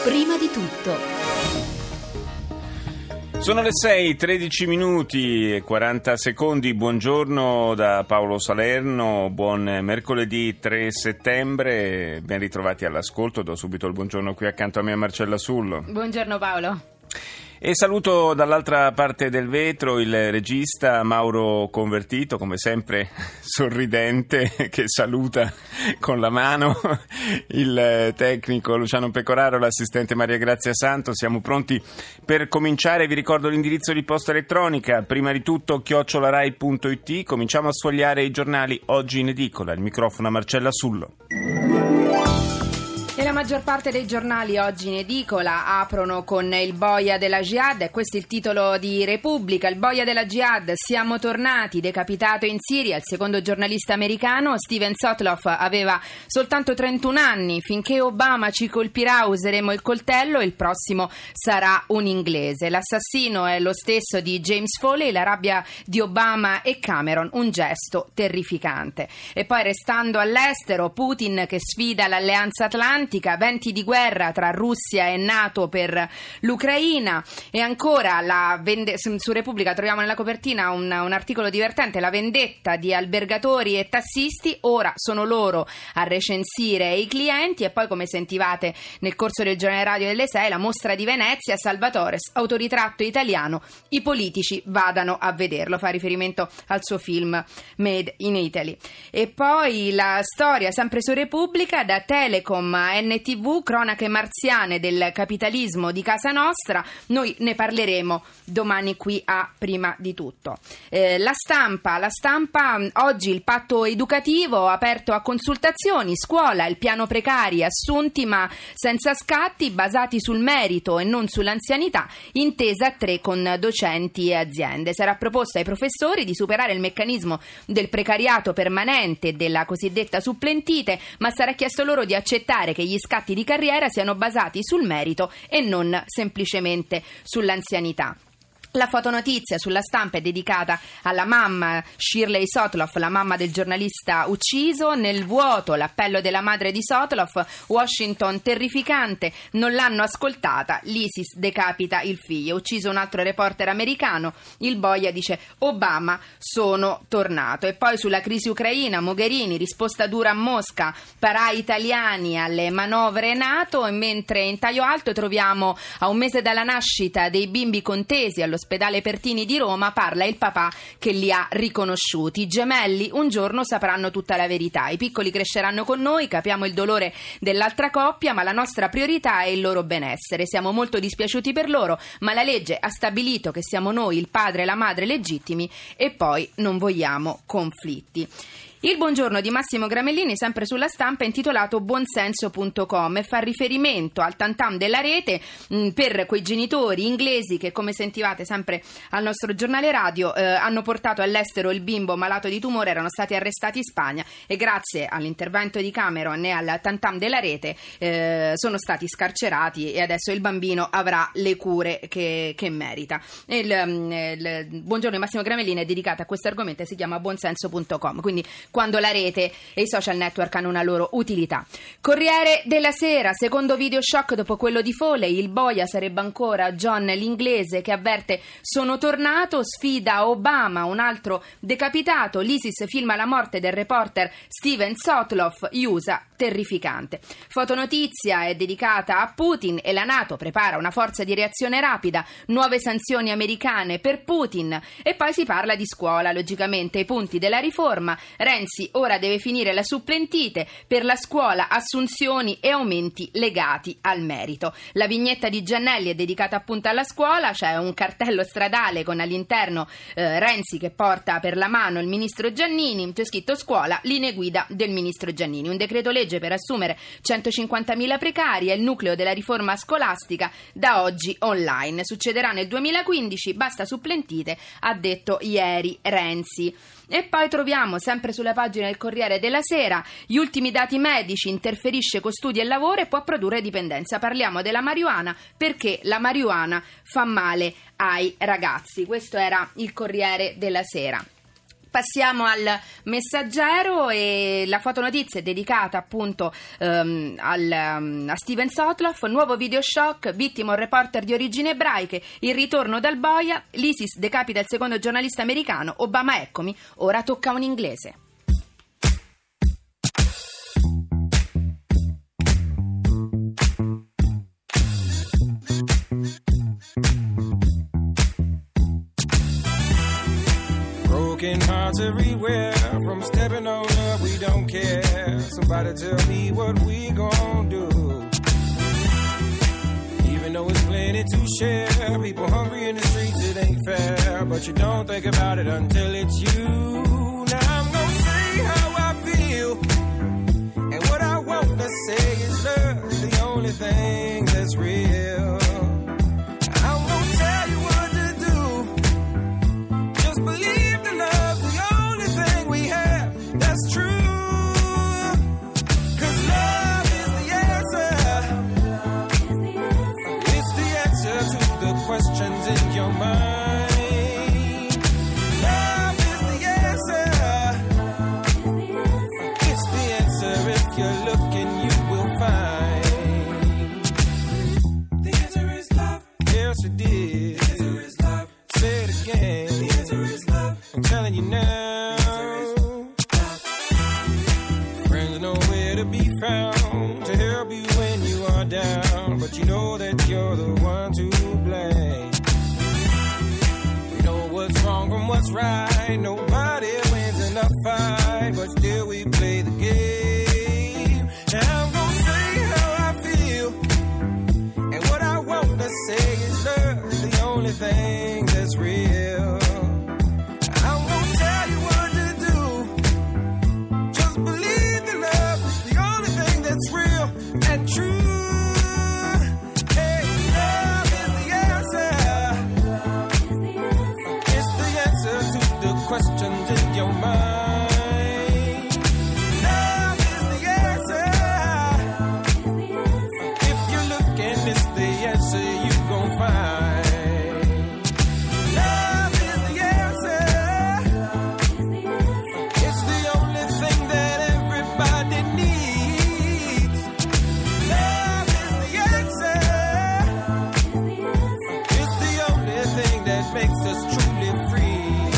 Prima di tutto. Sono le 6:13 minuti e 40 secondi. Buongiorno da Paolo Salerno, buon mercoledì 3 settembre, ben ritrovati all'ascolto. Do subito il buongiorno qui accanto a me a Marcella Sullo. Buongiorno Paolo. E saluto dall'altra parte del vetro il regista Mauro Convertito, come sempre sorridente, che saluta con la mano, il tecnico Luciano Pecoraro, l'assistente Maria Grazia Santo. Siamo pronti per cominciare. Vi ricordo l'indirizzo di posta elettronica, prima di tutto @rai.it. Cominciamo a sfogliare i giornali oggi in edicola. Il microfono a Marcella Sullo. E la maggior parte dei giornali oggi in edicola aprono con il boia della Jihad, e questo è il titolo di Repubblica. Il boia della Jihad, siamo tornati, decapitato in Siria. Il secondo giornalista americano, Steven Sotloff, aveva soltanto 31 anni. Finché Obama ci colpirà useremo il coltello, il prossimo sarà un inglese. L'assassino è lo stesso di James Foley, la rabbia di Obama e Cameron, un gesto terrificante. E poi, restando all'estero, Putin che sfida l'alleanza atlantica, venti di guerra tra Russia e NATO per l'Ucraina. E ancora su Repubblica troviamo nella copertina un articolo divertente, la vendetta di albergatori e tassisti, ora sono loro a recensire i clienti. E poi, come sentivate nel corso del giornale radio delle 6, la mostra di Venezia, Salvatores, autoritratto italiano, i politici vadano a vederlo, fa riferimento al suo film Made in Italy. E poi la storia sempre su Repubblica, da Telecom a NTV, cronache marziane del capitalismo di casa nostra. Noi ne parleremo domani qui a Prima di tutto. La stampa, oggi il patto educativo aperto a consultazioni, scuola, il piano precari, assunti ma senza scatti, basati sul merito e non sull'anzianità, intesa a 3 con docenti e aziende. Sarà proposta ai professori di superare il meccanismo del precariato permanente e della cosiddetta supplentite, ma sarà chiesto loro di accettare che gli scatti di carriera siano basati sul merito e non semplicemente sull'anzianità. La fotonotizia sulla stampa è dedicata alla mamma Shirley Sotloff, la mamma del giornalista ucciso. Nel vuoto l'appello della madre di Sotloff, Washington terrificante, non l'hanno ascoltata, l'ISIS decapita il figlio. Ucciso un altro reporter americano, il boia dice Obama sono tornato. E poi sulla crisi ucraina, Mogherini, risposta dura a Mosca, parà italiani alle manovre NATO. E mentre in taglio alto troviamo a un mese dalla nascita dei bimbi contesi all'ospedale Pertini di Roma, parla il papà che li ha riconosciuti. I gemelli un giorno sapranno tutta la verità. I piccoli cresceranno con noi, capiamo il dolore dell'altra coppia, ma la nostra priorità è il loro benessere. Siamo molto dispiaciuti per loro, ma la legge ha stabilito che siamo noi, il padre e la madre legittimi, e poi non vogliamo conflitti. Il buongiorno di Massimo Gramellini, sempre sulla stampa, è intitolato buonsenso.com e fa riferimento al tantam della rete per quei genitori inglesi che, come sentivate sempre al nostro giornale radio, hanno portato all'estero il bimbo malato di tumore, erano stati arrestati in Spagna e grazie all'intervento di Cameron e al tantam della rete sono stati scarcerati e adesso il bambino avrà le cure che merita. Il buongiorno di Massimo Gramellini è dedicato a questo argomento e si chiama buonsenso.com, quindi quando la rete e i social network hanno una loro utilità. Corriere della Sera, secondo video shock dopo quello di Foley, il boia sarebbe ancora John l'inglese che avverte sono tornato, sfida Obama, un altro decapitato, l'ISIS filma la morte del reporter Steven Sotloff, USA terrificante. Fotonotizia è dedicata a Putin e la NATO prepara una forza di reazione rapida, nuove sanzioni americane per Putin. E poi si parla di scuola, logicamente i punti della riforma. Renzi ora deve finire la supplentite, per la scuola assunzioni e aumenti legati al merito. La vignetta di Giannelli è dedicata appunto alla scuola, c'è un cartello stradale con all'interno Renzi che porta per la mano il ministro Giannini, c'è scritto scuola, linee guida del ministro Giannini. Un decreto legge per assumere 150.000 precari è il nucleo della riforma scolastica, da oggi online. Succederà nel 2015, basta supplentite, ha detto ieri Renzi. E poi troviamo sempre sulla pagina del Corriere della Sera gli ultimi dati medici, interferisce con studi e lavoro e può produrre dipendenza. Parliamo della marijuana perché la marijuana fa male ai ragazzi. Questo era il Corriere della Sera. Passiamo al Messaggero e la fotonotizia è dedicata appunto a Steven Sotloff. Nuovo video shock, vittima un reporter di origini ebraiche, il ritorno dal boia, l'ISIS decapita il secondo giornalista americano, Obama eccomi, ora tocca un inglese. Broken hearts everywhere, from stepping on up, we don't care. Somebody tell me what we gon' do. Even though it's plenty to share, people hungry in the streets, it ain't fair. But you don't think about it until it's you. Now I'm gonna say how I feel, and what I want to say is love, the only thing that's real. I'm gonna tell you what to do, just believe the love, the only thing we have that's true. Cause love is the answer. It's the answer to the questions in your mind. Love is the answer. It's the answer. If you're looking, you will find. The answer is love. Yes, it is. The answer is love. Say it again. The answer is love. I'm telling you now. Friends know where to be found to help you when you are down, but you know that you're the one to blame. We know what's wrong from what's right. Nobody wins in a fight, but still we play the game. Now I'm gonna say how I feel, and what I want to say is love, the only thing that's real. I'm gonna tell you what to do, just believe the love, the only thing that's real and true. Hey, love is the answer. It's the answer to the questions in your mind. Love is the answer. If you're looking, it's the answer you gon' find. Love is the answer. It's the only thing that everybody needs. Love is the answer. It's the only thing that makes us truly free.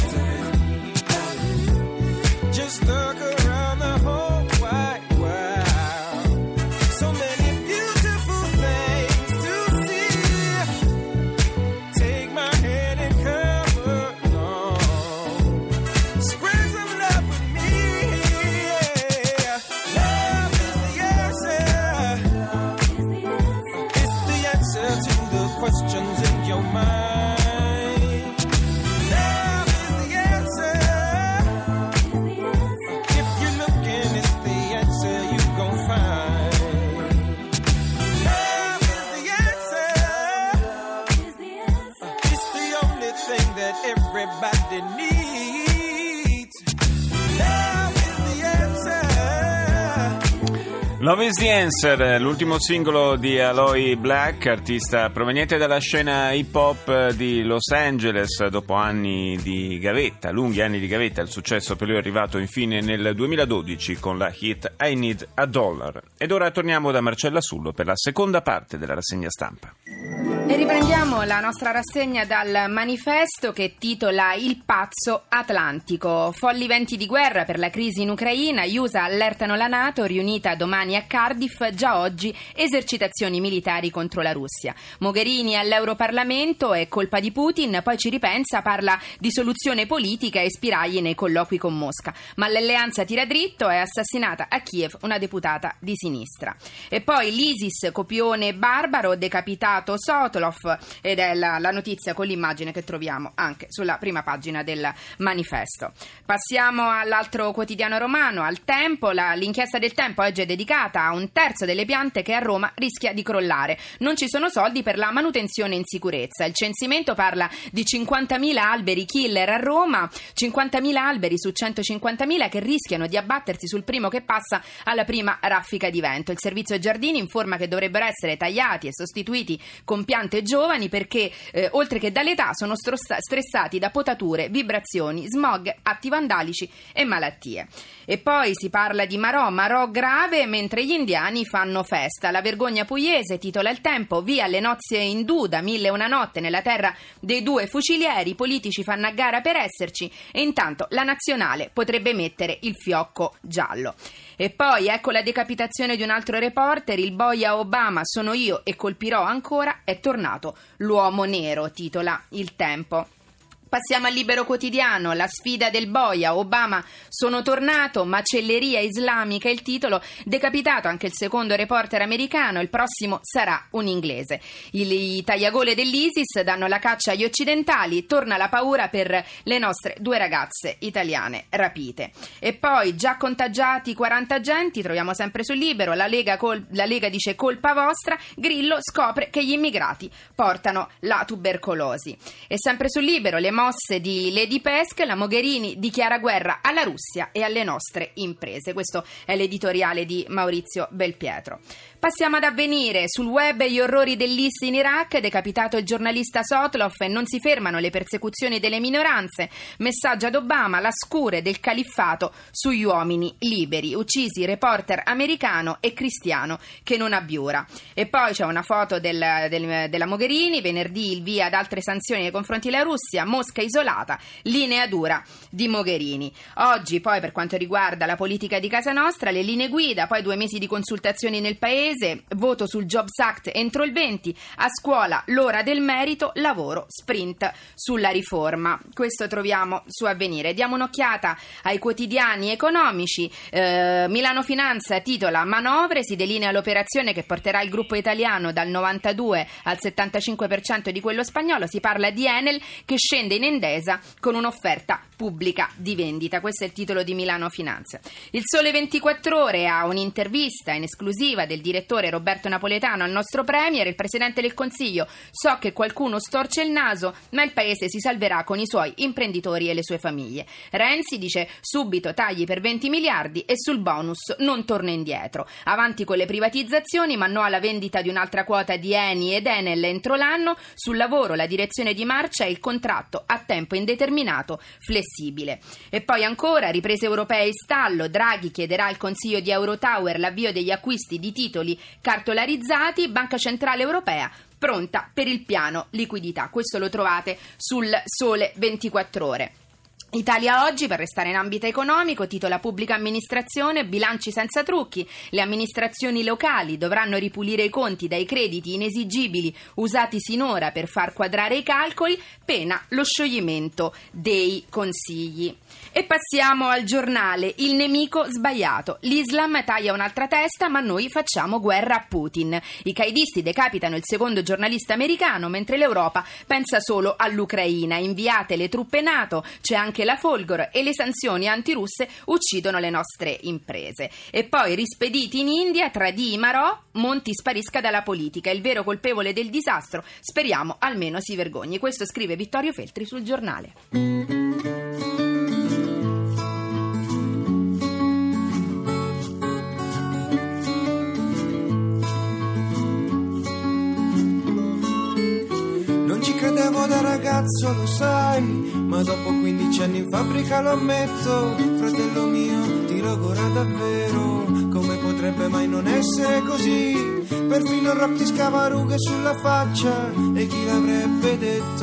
Just look around the whole wide world. So many beautiful things to see. Take my hand and come along. Spread some love with me. Love is the answer. It's the answer to the questions in your mind. Love is the answer. If you're looking, it's the answer you gon' find. Love is the answer. It's the only thing that everybody needs. Love is the answer. Love is the Answer, l'ultimo singolo di Aloy Black, artista proveniente dalla scena hip hop di Los Angeles. Dopo anni di gavetta, lunghi anni di gavetta, il successo per lui è arrivato infine nel 2012 con la hit I Need a Dollar. Ed ora torniamo da Marcella Sullo per la seconda parte della rassegna stampa. E riprendiamo la nostra rassegna dal manifesto che titola Il pazzo atlantico. Folli venti di guerra per la crisi in Ucraina, gli USA allertano la NATO, riunita domani a Cardiff, già oggi esercitazioni militari contro la Russia. Mogherini all'Europarlamento, è colpa di Putin, poi ci ripensa, parla di soluzione politica e spiragli nei colloqui con Mosca. Ma l'alleanza tira dritto, è assassinata a Kiev una deputata di sinistra. E poi l'ISIS, copione barbaro, decapitato Sotloff, ed è la notizia con l'immagine che troviamo anche sulla prima pagina del manifesto. Passiamo all'altro quotidiano romano, al Tempo. L'inchiesta del Tempo oggi è dedicata a un terzo delle piante che a Roma rischia di crollare. Non ci sono soldi per la manutenzione in sicurezza. Il censimento parla di 50.000 alberi killer a Roma, 50.000 alberi su 150.000 che rischiano di abbattersi sul primo che passa alla prima raffica di vento. Il servizio giardini informa che dovrebbero essere tagliati e sostituiti con piante e giovani perché oltre che dall'età sono stressati da potature, vibrazioni, smog, atti vandalici e malattie. E poi si parla di Marò grave mentre gli indiani fanno festa. La vergogna pugliese, titola Il Tempo, via le nozze indù da 1001 notte nella terra dei due fucilieri, i politici fanno a gara per esserci e intanto la nazionale potrebbe mettere il fiocco giallo. E poi ecco la decapitazione di un altro reporter, il boia Obama, sono io e colpirò ancora, è tornato l'uomo nero, titola Il Tempo. Passiamo al Libero Quotidiano, la sfida del boia, Obama, sono tornato, macelleria islamica, il titolo, decapitato anche il secondo reporter americano, il prossimo sarà un inglese. I tagliagole dell'ISIS danno la caccia agli occidentali, torna la paura per le nostre 2 ragazze italiane rapite. E poi, già contagiati 40 agenti, troviamo sempre sul Libero, la Lega dice colpa vostra, Grillo scopre che gli immigrati portano la tubercolosi. E sempre sul Libero, le mosse di Lady Pesk, la Mogherini dichiara guerra alla Russia e alle nostre imprese. Questo è l'editoriale di Maurizio Belpietro. Passiamo ad Avvenire. Sul web gli orrori dell'IS in Iraq, decapitato il giornalista Sotlov e non si fermano le persecuzioni delle minoranze. Messaggio ad Obama, la scure del califfato sugli uomini liberi. Uccisi reporter americano e cristiano che non abiura. E poi c'è una foto della Mogherini, venerdì il via ad altre sanzioni nei confronti della Russia, Mosca isolata, linea dura di Mogherini. Oggi poi per quanto riguarda la politica di casa nostra, le linee guida, poi 2 mesi di consultazioni nel paese, voto sul Jobs Act entro il 20, a scuola l'ora del merito, lavoro, sprint sulla riforma. Questo troviamo su Avvenire. Diamo un'occhiata ai quotidiani economici. Milano Finanza titola manovre, si delinea l'operazione che porterà il gruppo italiano dal 92 al 75% di quello spagnolo. Si parla di Enel che scende in Endesa con un'offerta pubblica di vendita. Questo è il titolo di Milano Finanza. Il Sole 24 Ore ha un'intervista in esclusiva del direttore Roberto Napoletano al nostro premier, il Presidente del Consiglio: so che qualcuno storce il naso, ma il paese si salverà con i suoi imprenditori e le sue famiglie. Renzi dice subito tagli per 20 miliardi e sul bonus non torna indietro. Avanti con le privatizzazioni, ma no alla vendita di un'altra quota di Eni ed Enel entro l'anno. Sul lavoro la direzione di marcia e il contratto a tempo indeterminato flessibile. E poi ancora riprese europee in stallo, Draghi chiederà al Consiglio di Eurotower l'avvio degli acquisti di titoli cartolarizzati, Banca Centrale Europea pronta per il piano liquidità. Questo lo trovate sul Sole 24 Ore. Italia Oggi, per restare in ambito economico, titola Pubblica amministrazione, bilanci senza trucchi. Le amministrazioni locali dovranno ripulire i conti dai crediti inesigibili usati sinora per far quadrare i calcoli, pena lo scioglimento dei consigli. E passiamo al Giornale, il nemico sbagliato. L'Islam taglia un'altra testa, ma noi facciamo guerra a Putin. I qaidisti decapitano il secondo giornalista americano, mentre l'Europa pensa solo all'Ucraina. Inviate le truppe NATO, c'è anche la Folgor e le sanzioni antirusse uccidono le nostre imprese. E poi rispediti in India, tradì Marò, Monti sparisca dalla politica. Il vero colpevole del disastro, speriamo almeno si vergogni. Questo scrive Vittorio Feltri sul Giornale. Credevo da ragazzo, lo sai, ma dopo 15 anni in fabbrica lo ammetto. Fratello mio, ti logora davvero, come potrebbe mai non essere così? Perfino il rock ti scava rughe sulla faccia, e chi l'avrebbe detto?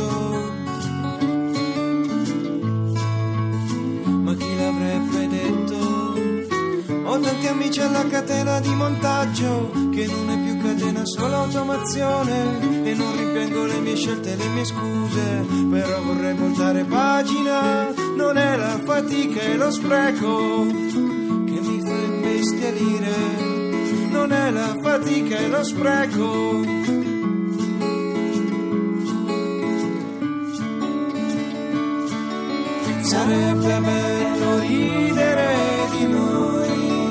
Ma chi l'avrebbe detto? Ho tanti amici alla catena di montaggio, che non è più catena, solo automazione. E non rimpiango le mie scelte e le mie scuse, però vorrei voltare pagina. Non è la fatica e lo spreco che mi fa imbestialire. Non è la fatica e lo spreco. Sarebbe bello ridere di noi,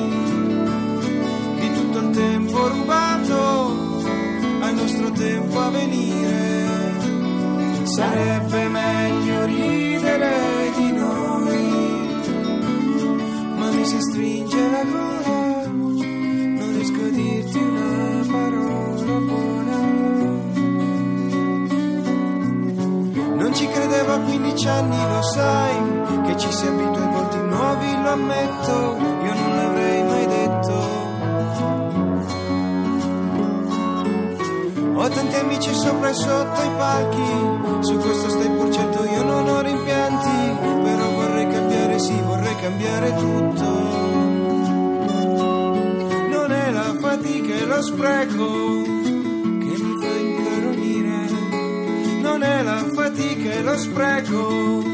di tutto il tempo rubato al nostro tempo a venire. Sarebbe meglio ridere di noi, ma mi si stringe la gola, non riesco a dirti una parola buona. a 15 anni, lo sai, che ci si abitua ai volti nuovi, lo ammetto, io non l'avrei mai detto. Ho tanti amici sopra e sotto i palchi, su questo stai pur certo, io non ho rimpianti, però vorrei cambiare, sì, vorrei cambiare tutto. Non è la fatica e lo spreco che mi fa incaronire, non è la fatica e lo spreco.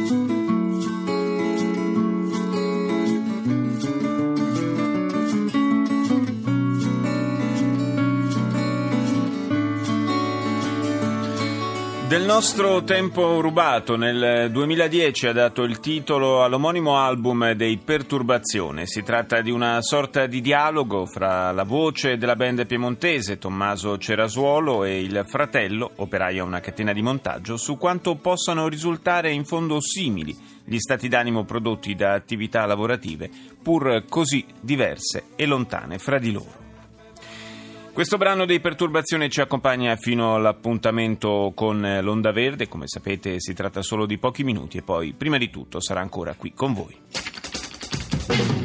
Del nostro tempo rubato nel 2010 ha dato il titolo all'omonimo album dei Perturbazione. Si tratta di una sorta di dialogo fra la voce della band piemontese Tommaso Cerasuolo e il fratello, operaio a una catena di montaggio, su quanto possano risultare in fondo simili gli stati d'animo prodotti da attività lavorative, pur così diverse e lontane fra di loro. Questo brano dei Perturbazione ci accompagna fino all'appuntamento con l'Onda Verde. Come sapete si tratta solo di pochi minuti e poi, prima di tutto, sarà ancora qui con voi.